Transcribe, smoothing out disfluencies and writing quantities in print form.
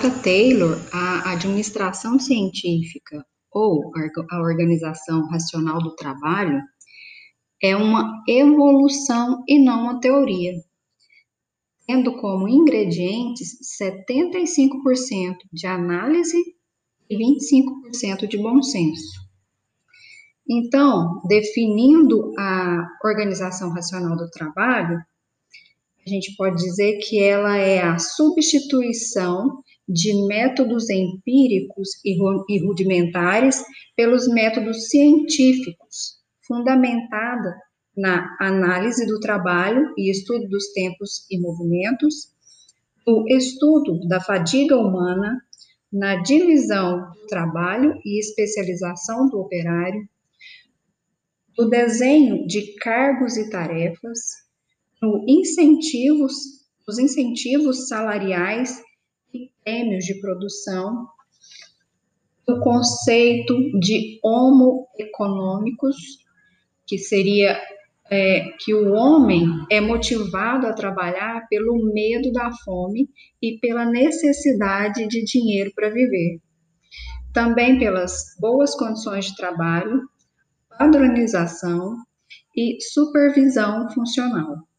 Para Taylor, a administração científica ou a organização racional do trabalho é uma evolução e não uma teoria, tendo como ingredientes 75% de análise e 25% de bom senso. Então, definindo a organização racional do trabalho, a gente pode dizer que ela é a substituição de métodos empíricos e rudimentares pelos métodos científicos, fundamentada na análise do trabalho e estudo dos tempos e movimentos, o estudo da fadiga humana, na divisão do trabalho e especialização do operário, do desenho de cargos e tarefas, os incentivos salariais e prêmios de produção, o conceito de homo econômicos, que seria que o homem é motivado a trabalhar pelo medo da fome e pela necessidade de dinheiro para viver. Também pelas boas condições de trabalho, padronização e supervisão funcional.